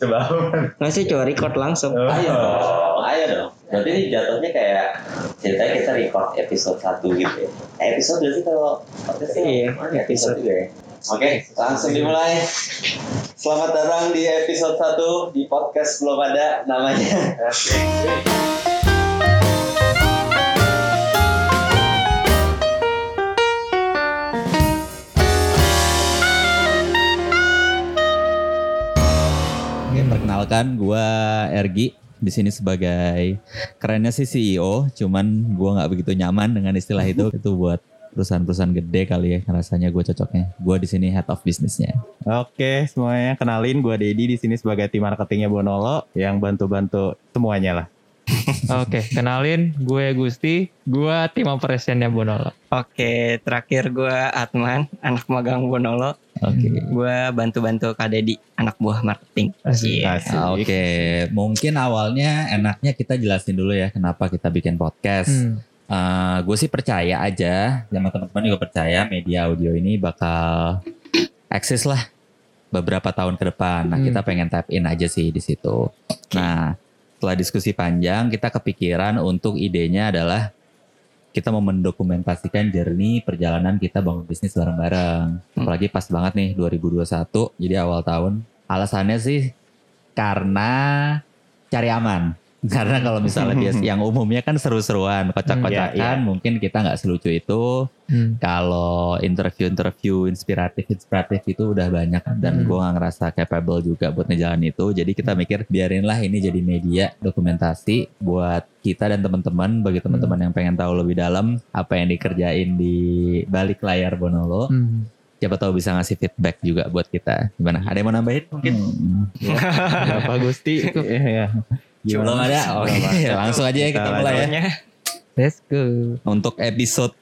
Coba. Nggak sih, coba record langsung. Ayo dong. Berarti ini jatuhnya kayak ceritanya kita record episode 1 gitu ya. Episode berarti kalau podcastnya Iya, episode juga ya. Oke, langsung dimulai. Selamat datang di episode 1 di podcast belum ada namanya. Perkenalkan, gue Ergi di sini sebagai kerennya sih CEO, cuman gue nggak begitu nyaman dengan istilah itu. Itu buat perusahaan-perusahaan gede kali ya, rasanya gue cocoknya. Gue di sini head of businessnya. Oke, semuanya kenalin, gue Dedi di sini sebagai tim marketingnya Bonolo yang bantu-bantu semuanya lah. Oke, kenalin gue Gusti, gue tim operationnya Bonolo. Oke, terakhir gue Atman, anak magang Bonolo. Oke. Gue bantu-bantu Kak Dedi, anak buah marketing. Iya. Asik. Oke, mungkin awalnya enaknya kita jelasin dulu ya kenapa kita bikin podcast. Gue sih percaya aja, sama teman-teman juga percaya media audio ini bakal eksis lah beberapa tahun ke depan. Nah, kita pengen tap in aja sih di situ. Nah, setelah diskusi panjang, kita kepikiran untuk idenya adalah kita mau mendokumentasikan journey perjalanan kita bangun bisnis bareng-bareng. Apalagi pas banget nih 2021, jadi awal tahun. Alasannya sih karena cari aman. Karena kalau misalnya yang umumnya kan seru-seruan, kocak-kocakan, mungkin kita nggak selucu itu. Kalau interview inspiratif itu udah banyak dan gue nggak ngerasa capable juga buat ngejalanin itu. Jadi kita mikir biarinlah ini jadi media dokumentasi buat kita dan teman-teman, bagi teman-teman yang pengen tahu lebih dalam apa yang dikerjain di balik layar Bonolo. Siapa tahu bisa ngasih feedback juga buat kita. Gimana? Ada yang mau nambahin mungkin? Bapak Gusti. Iya. Belum ada? Oke, langsung aja ya kita mulai ya. Let's go. Untuk episode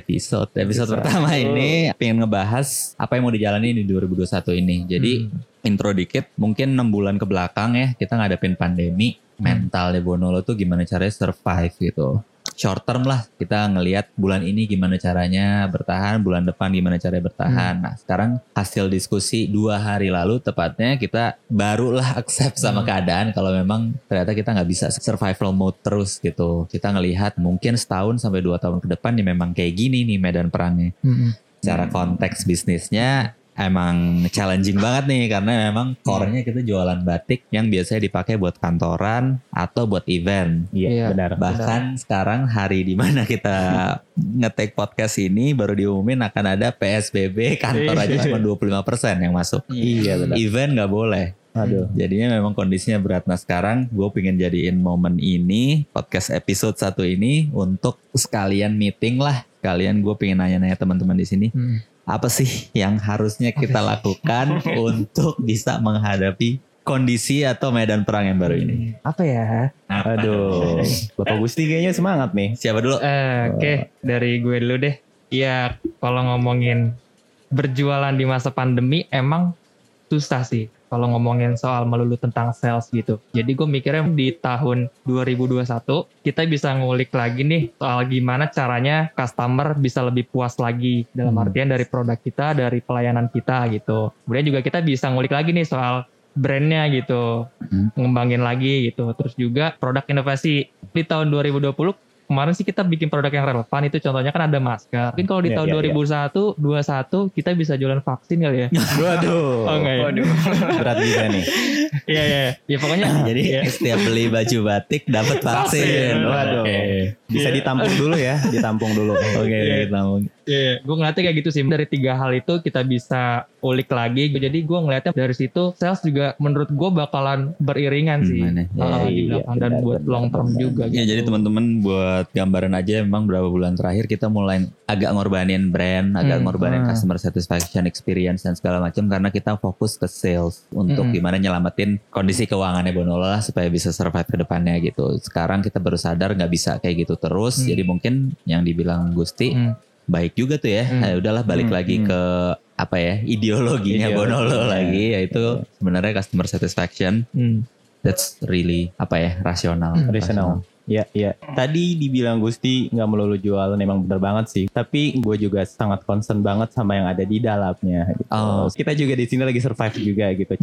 pertama ini pengen ngebahas apa yang mau dijalani di 2021 ini. Jadi intro dikit, mungkin 6 bulan ke belakang ya kita ngadepin pandemi. Mentalnya Bonolo tuh gimana caranya survive gitu. Short term lah, kita ngelihat bulan ini gimana caranya bertahan, bulan depan gimana caranya bertahan. Nah sekarang hasil diskusi 2 hari lalu tepatnya kita barulah accept sama keadaan kalau memang ternyata kita nggak bisa survival mode terus gitu. Kita ngelihat mungkin setahun sampai 2 tahun ke depan ya memang kayak gini nih medan perangnya. Secara konteks bisnisnya emang challenging banget nih karena memang core-nya kita jualan batik yang biasanya dipakai buat kantoran atau buat event. Iya, benar. Bahkan sekarang hari di mana kita nge-take podcast ini baru diumumin akan ada PSBB, kantor aja cuma 25% yang masuk. Iya, benar. Event nggak boleh. Aduh. Jadinya memang kondisinya berat. Nah sekarang gue pengen jadiin momen ini, podcast episode 1 ini untuk sekalian meeting lah. Sekalian gue pengen nanya-nanya teman-teman di sini. Apa sih yang harusnya kita lakukan untuk bisa menghadapi kondisi atau medan perang yang baru ini? Apa ya? Aduh. Bapak Gusti kayaknya semangat nih. Siapa dulu? Oke, dari gue dulu deh. Iya, kalau ngomongin berjualan di masa pandemi emang susah sih. Kalau ngomongin soal melulu tentang sales gitu. Jadi gue mikirnya di tahun 2021 kita bisa ngulik lagi nih soal gimana caranya customer bisa lebih puas lagi. Dalam artian dari produk kita, dari pelayanan kita gitu. Kemudian juga kita bisa ngulik lagi nih soal brandnya gitu. Ngembangin lagi gitu. Terus juga produk inovasi. Di tahun 2020 kemarin sih kita bikin produk yang relevan, itu contohnya kan ada masker. Mungkin kalau di tahun 2021 kita bisa jualan vaksin kali ya. Waduh. Oh enggak ya? Berat juga nih. Iya. Ya pokoknya Jadi setiap beli baju batik dapat vaksin. Waduh. Bisa ditampung dulu ya, ditampung dulu. Oke, ditampung. Iya, gue ngeliatnya kayak gitu sih. Dari 3 hal itu kita bisa ulik lagi. Jadi gue ngeliatnya dari situ sales juga menurut gue bakalan beriringan sih. Di belakang dan buat long term juga. Ya gitu. jadi teman-teman buat gambaran aja memang berapa bulan terakhir kita mulai agak ngorbanin brand, agak ngorbanin customer satisfaction experience dan segala macam karena kita fokus ke sales untuk gimana nyelamatin kondisi keuangannya Bonolo lah supaya bisa survive ke depannya gitu. Sekarang kita baru sadar nggak bisa kayak gitu terus. Jadi mungkin yang dibilang Gusti baik juga tuh ya. Nah, udahlah balik lagi ke apa ya ideologinya Bonolo lagi yaitu sebenarnya customer satisfaction. That's really apa ya rasional. Ya. Tadi dibilang Gusti nggak melulu jualan, emang bener banget sih. Tapi gue juga sangat concern banget sama yang ada di dalamnya. Gitu. Kita juga di sini lagi survive juga gitu.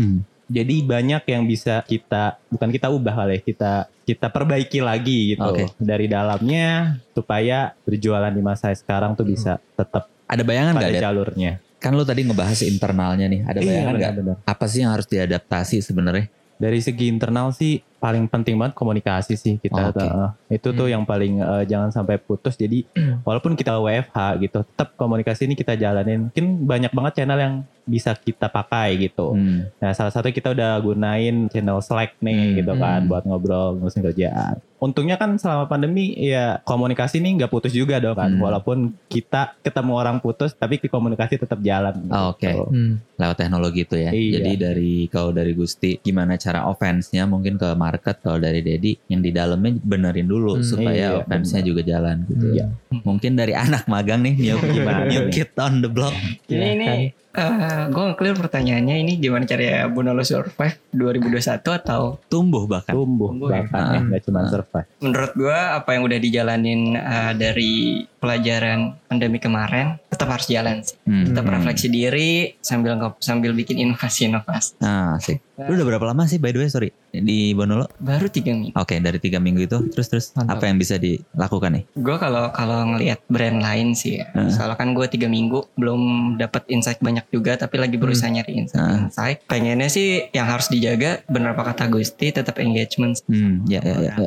Jadi banyak yang bisa bukan kita ubah kali ya, kita perbaiki lagi gitu dari dalamnya supaya berjualan di masa sekarang tuh bisa tetap Ada bayangan pada nggak, Det? jalurnya. Kan lu tadi ngebahas internalnya nih. Ada bayangan nggak? benar. Apa sih yang harus diadaptasi sebenarnya? Dari segi internal sih paling penting banget komunikasi sih kita. Itu tuh yang paling jangan sampai putus. Jadi walaupun kita WFH gitu, tetap komunikasi ini kita jalanin. Mungkin banyak banget channel yang bisa kita pakai gitu. Nah, salah satu kita udah gunain channel Slack nih gitu kan buat ngobrol ngurusin kerjaan. Untungnya kan selama pandemi ya komunikasi ini nggak putus juga dong kan. Walaupun kita ketemu orang putus tapi komunikasi tetap jalan. Gitu. Lewat teknologi itu ya. Iya. Jadi kalau dari Gusti gimana cara offense-nya mungkin ke market, kalau dari Dedi yang di dalamnya benerin dulu supaya offense-nya juga jalan gitu ya. Mungkin dari anak magang nih, new kid on the block. Ini gue clear pertanyaannya, ini gimana cara Bonolo survive 2021 atau Tumbuh bahkan. Bahkan nggak cuma survive. menurut gue apa yang udah dijalanin dari pelajaran pandemi kemarin tetap harus jalan sih. Tetap refleksi diri sambil bikin inovasi. Nah, asik. Lu udah berapa lama sih by the way, sorry, di Bonolo? Baru 3 minggu. Oke, dari 3 minggu itu terus Mantap. apa yang bisa dilakukan nih? Gue kalau ngelihat brand lain sih ya. Soalnya kan gue 3 minggu belum dapat insight banyak juga, tapi lagi berusaha nyari insight. Pengennya sih yang harus dijaga, bener apa kata Gusti, tetap engagement. Ya.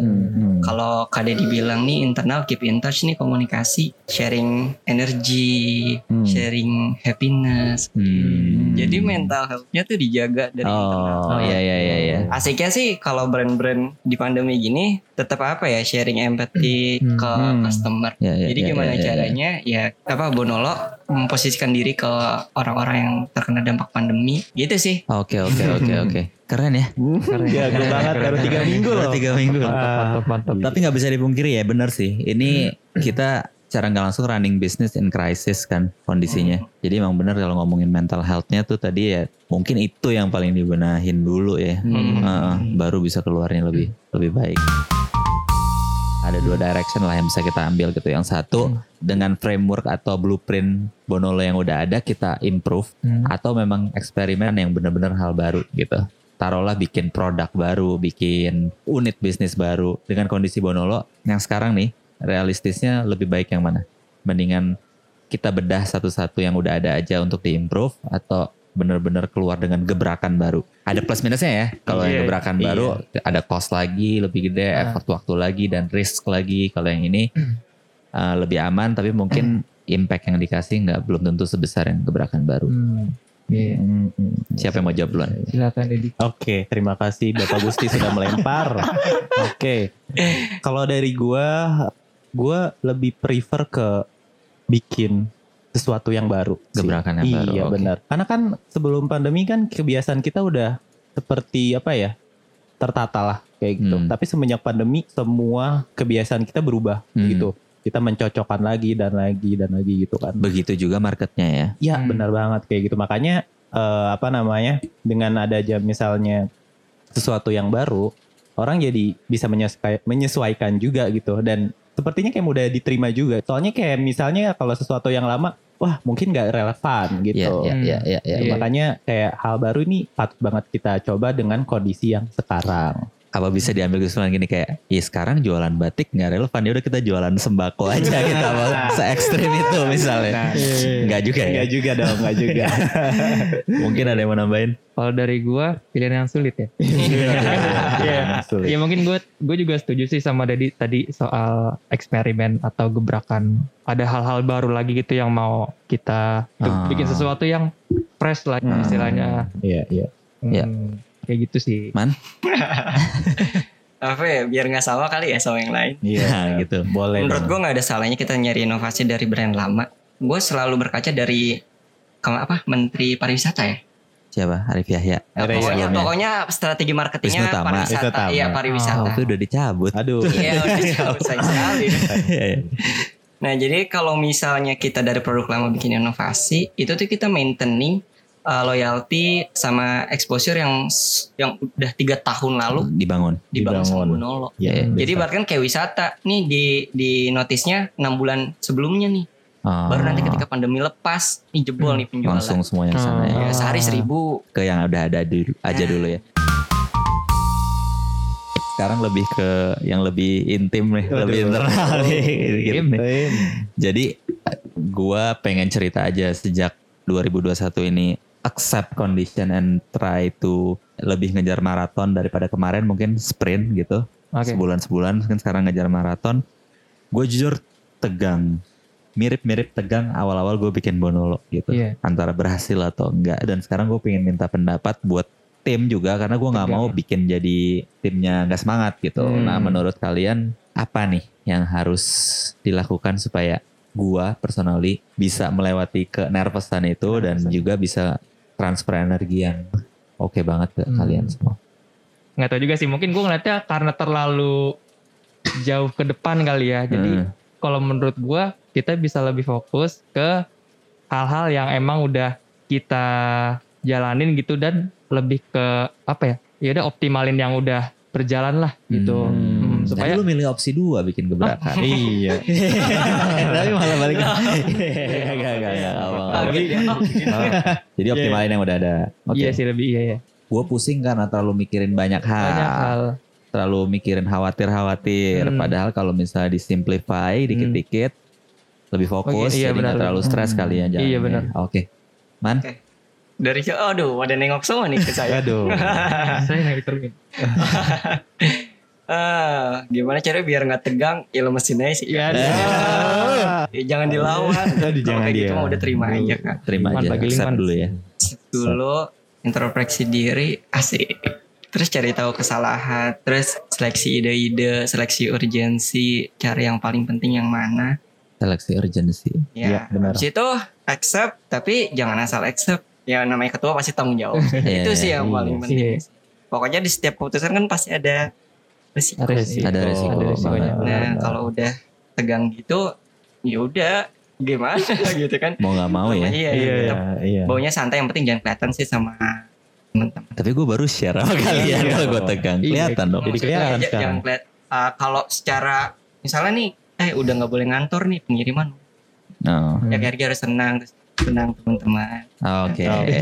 Kalau Kak Deddy bilang nih internal keep in touch nih, komunikasi, sharing energi, sharing happiness. Jadi mental health-nya tuh dijaga dari internal. Oh iya. Asiknya sih kalau brand-brand di pandemi gini tetap apa ya, sharing empathy ke customer. Jadi gimana caranya ya Bonolo memposisikan diri ke orang-orang yang terkena dampak pandemi gitu sih. Oke. Keren ya. Jago banget baru 3 minggu loh. 3 minggu. Mantap. Tapi nggak bisa dipungkiri ya, benar sih. Ini kita cara nggak langsung running business in crisis kan kondisinya. Jadi emang benar kalau ngomongin mental health-nya tuh tadi ya mungkin itu yang paling dibenahin dulu ya. Baru bisa keluarnya lebih baik. Ada 2 direction lah yang bisa kita ambil gitu. Yang satu dengan framework atau blueprint Bonolo yang udah ada kita improve, atau memang eksperimen yang benar-benar hal baru gitu. Taruhlah bikin produk baru, bikin unit bisnis baru. Dengan kondisi Bonolo yang sekarang nih, realistisnya lebih baik yang mana? Mendingan kita bedah satu-satu yang udah ada aja untuk diimprove, atau benar-benar keluar dengan gebrakan baru. Ada plus minusnya ya. Kalau yang gebrakan baru ada cost lagi lebih gede, effort waktu lagi dan risk lagi. Kalau yang ini lebih aman, tapi mungkin impact yang dikasih belum tentu sebesar yang gebrakan baru. Siapa yang mau jawab duluan? Silakan Deddy. Oke, terima kasih Bapak Gusti sudah melempar. Oke. Kalau dari gue lebih prefer ke bikin sesuatu yang baru. Gebrakan yang baru. Iya benar. Karena kan sebelum pandemi kan kebiasaan kita udah seperti tertata lah kayak gitu. Tapi semenjak pandemi semua kebiasaan kita berubah gitu. Kita mencocokkan lagi dan lagi gitu kan. Begitu juga marketnya ya. Iya benar banget kayak gitu. Makanya dengan ada misalnya sesuatu yang baru, orang jadi bisa menyesuaikan juga gitu. Dan sepertinya kayak mudah diterima juga. Soalnya kayak misalnya kalau sesuatu yang lama, wah mungkin gak relevan gitu. Makanya kayak hal baru ini patut banget kita coba dengan kondisi yang sekarang. Apa bisa diambil kesimpulan gini kayak, ya sekarang jualan batik gak relevan, ya udah kita jualan sembako aja gitu. Se ekstrim itu misalnya. Enggak juga ya? Enggak juga dong, enggak juga. Mungkin ada yang mau nambahin? Kalau dari gue pilihan yang sulit ya. Ya mungkin gue juga setuju sih sama Deddy tadi soal eksperimen atau gebrakan. Ada hal-hal baru lagi gitu yang mau kita bikin sesuatu yang fresh lah istilahnya. Iya. Kayak gitu sih. Man? Biar gak sama kali ya sama yang lain. Iya gitu. Boleh. Menurut gue gak ada salahnya kita nyari inovasi dari brand lama. Gue selalu berkaca dari Menteri Pariwisata ya. Siapa? Arif Yahya. Pokoknya strategi marketingnya pariwisata. Iya pariwisata. Itu udah dicabut. Aduh. Iya udah dicabut sayang sekali. Nah jadi kalau misalnya kita dari produk lama bikin inovasi, itu tuh kita maintaining loyalty sama exposure yang udah 3 tahun lalu dibangun sama Bonolo. Jadi bahkan kayak wisata nih di notisnya 6 bulan sebelumnya nih Baru nanti ketika pandemi lepas, nih jebol nih penjualan. Langsung semuanya ke sana ya. Ya, sehari 1.000. Ke yang udah ada aja dulu ya. Sekarang lebih ke yang lebih intim nih, lebih internal nih. Gitu nih. Jadi gue pengen cerita aja sejak 2021 ini, accept condition and try to lebih ngejar maraton daripada kemarin mungkin sprint gitu. Sebulan-sebulan kan sekarang ngejar maraton. Gue jujur tegang. Mirip-mirip tegang awal-awal gue bikin Bonolo gitu. Antara berhasil atau enggak. Dan sekarang gue pengen minta pendapat buat tim juga, karena gue nggak mau bikin jadi timnya nggak semangat gitu. Nah, menurut kalian apa nih yang harus dilakukan supaya gue personally bisa melewati ke nervousan itu dan juga bisa transfer energi yang oke banget ke kalian semua? Nggak tahu juga sih, mungkin gue ngeliatnya karena terlalu jauh ke depan kali ya. Jadi kalau menurut gue kita bisa lebih fokus ke hal-hal yang emang udah kita jalanin gitu, dan lebih ke apa ya? Ya udah optimalin yang udah berjalan lah gitu. Supaya lu milih opsi 2 bikin gebrakan. Iya. Tapi malah balik. Jadi optimalin yang udah ada. Iya sih lebih iya. Gue pusing karena terlalu mikirin banyak hal. Terlalu mikirin khawatir. Padahal kalau misalnya disimplify dikit-dikit, lebih fokus, jadi gak terlalu stres kali ya jalannya. Iya benar. Oke. Man? Dari aduh, ada nengok semua nih ke saya. Aduh. Saya nggak diterusin. Gimana caranya biar nggak tegang? Ya lemesin aja sih. Ya, jangan dilawan. Kalau kayak gitu mah udah terima aja kan. Terima aja. Accept dulu ya. Dulu introspeksi diri, asik. Terus cari tahu kesalahan, terus seleksi ide-ide, seleksi urgensi, cari yang paling penting yang mana. Seleksi urgensi. Ya, benar. Di situ accept, tapi jangan asal accept. Ya namanya ketua pasti tanggung jawab. Itu sih yang paling penting. Pokoknya di setiap keputusan kan pasti ada resiko. Ada resikonya. Nah, kalau udah tegang gitu, ya udah gimana gitu kan. Mau nggak mau ya. Iya. Baunya santai, yang penting jangan kelihatan sih sama teman-teman. Tapi gue baru share sama kalian kalau gue tegang. Kelihatan dong. Jadi kelihatan sekarang. Jangan kelihatan. Kalau secara misalnya nih, udah nggak boleh ngantor nih pengiriman. Ya harga harus tenang teman-teman. Oke.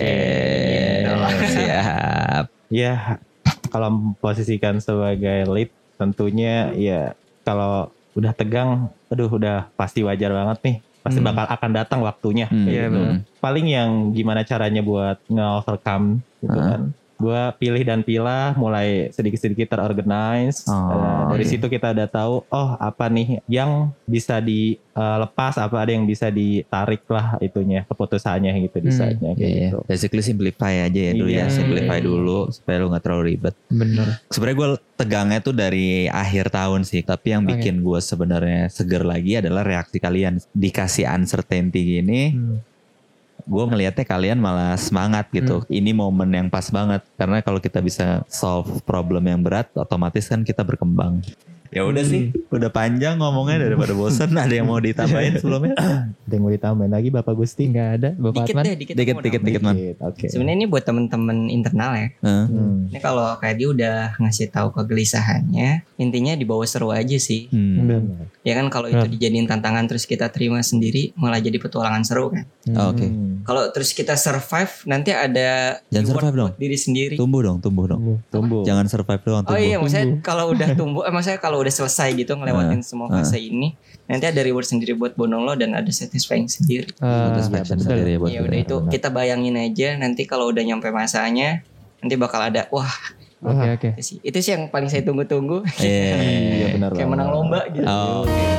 Siap. Ya, kalau posisikan sebagai lead tentunya ya kalau udah tegang, udah pasti wajar banget nih. Pasti bakal akan datang waktunya. Gitu. Paling yang gimana caranya buat nge-overcome gitu kan. Gue pilih dan pilah, mulai sedikit-sedikit terorganize. Dari situ kita udah tahu, apa nih yang bisa dilepas, apa ada yang bisa ditarik lah itunya, keputusannya gitu, desainnya gitu. Basically simplify aja ya dulu ya, simplify dulu supaya lu gak terlalu ribet. Bener. Sebenarnya gue tegangnya tuh dari akhir tahun sih, tapi yang bikin gue sebenarnya seger lagi adalah reaksi kalian. Dikasih uncertainty gini, gue ngelihatnya kalian malah semangat gitu. Ini momen yang pas banget, karena kalau kita bisa solve problem yang berat, otomatis kan kita berkembang. Ya udah sih, udah panjang ngomongnya daripada bosan. Ada yang mau ditambahin sebelumnya? Ada yang mau ditambahin lagi Bapak Gusti? Nggak ada, Bapak Atman. Dikit man. Oke. Sebenarnya ini buat teman-teman internal ya. Ini kalau kayak dia udah ngasih tahu kegelisahannya, intinya dibawa seru aja sih. Ya kan kalau itu dijadiin tantangan terus kita terima sendiri, malah jadi petualangan seru kan. Oke. Kalau terus kita survive, nanti ada jangan survive dong. Diri sendiri. Tumbuh dong. Jangan survive doang. Oh iya, maksudnya kalau udah tumbuh, maksudnya kalau udah selesai gitu ngelewatin semua fase ini, nanti ada reward sendiri buat Bonolo dan ada satisfying sendiri. Satisfaction sendiri buat ya udah itu kita bayangin aja, nanti kalau udah nyampe masanya, nanti bakal ada Oke. Itu sih yang paling saya tunggu-tunggu. Iya benar. Kayak menang lomba gitu. Oke.